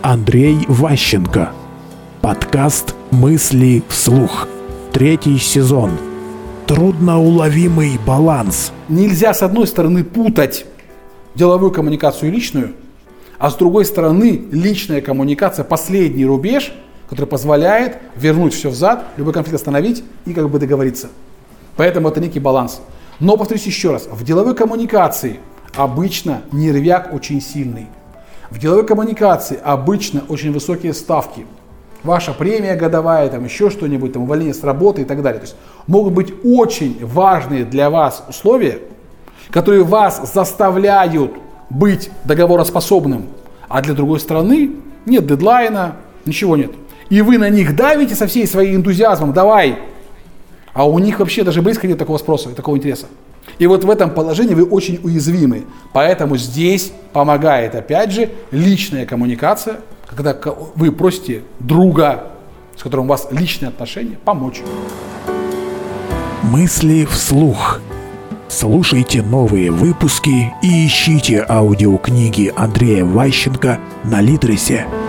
Андрей Ващенко. Подкаст «Мысли вслух». 3 сезон. Трудноуловимый баланс. Нельзя, с одной стороны, путать деловую коммуникацию и личную, а с другой стороны, личная коммуникация – последний рубеж, который позволяет вернуть все взад, любой конфликт остановить и как бы договориться. Поэтому это некий баланс. Но, повторюсь еще раз, в деловой коммуникации обычно нервяк очень сильный. В деловой коммуникации обычно очень высокие ставки. Ваша премия годовая, там еще что-нибудь, там, увольнение с работы и так далее. То есть могут быть очень важные для вас условия, которые вас заставляют быть договороспособным, а для другой стороны нет дедлайна, ничего нет. И вы на них давите со всей своим энтузиазмом, давай. А у них вообще даже близко нет такого спроса, такого интереса. И вот в этом положении вы очень уязвимы. Поэтому здесь помогает, опять же, личная коммуникация, когда вы просите друга, с которым у вас личные отношения, помочь. Мысли вслух. Слушайте новые выпуски и ищите аудиокниги Андрея Ващенко на Литресе.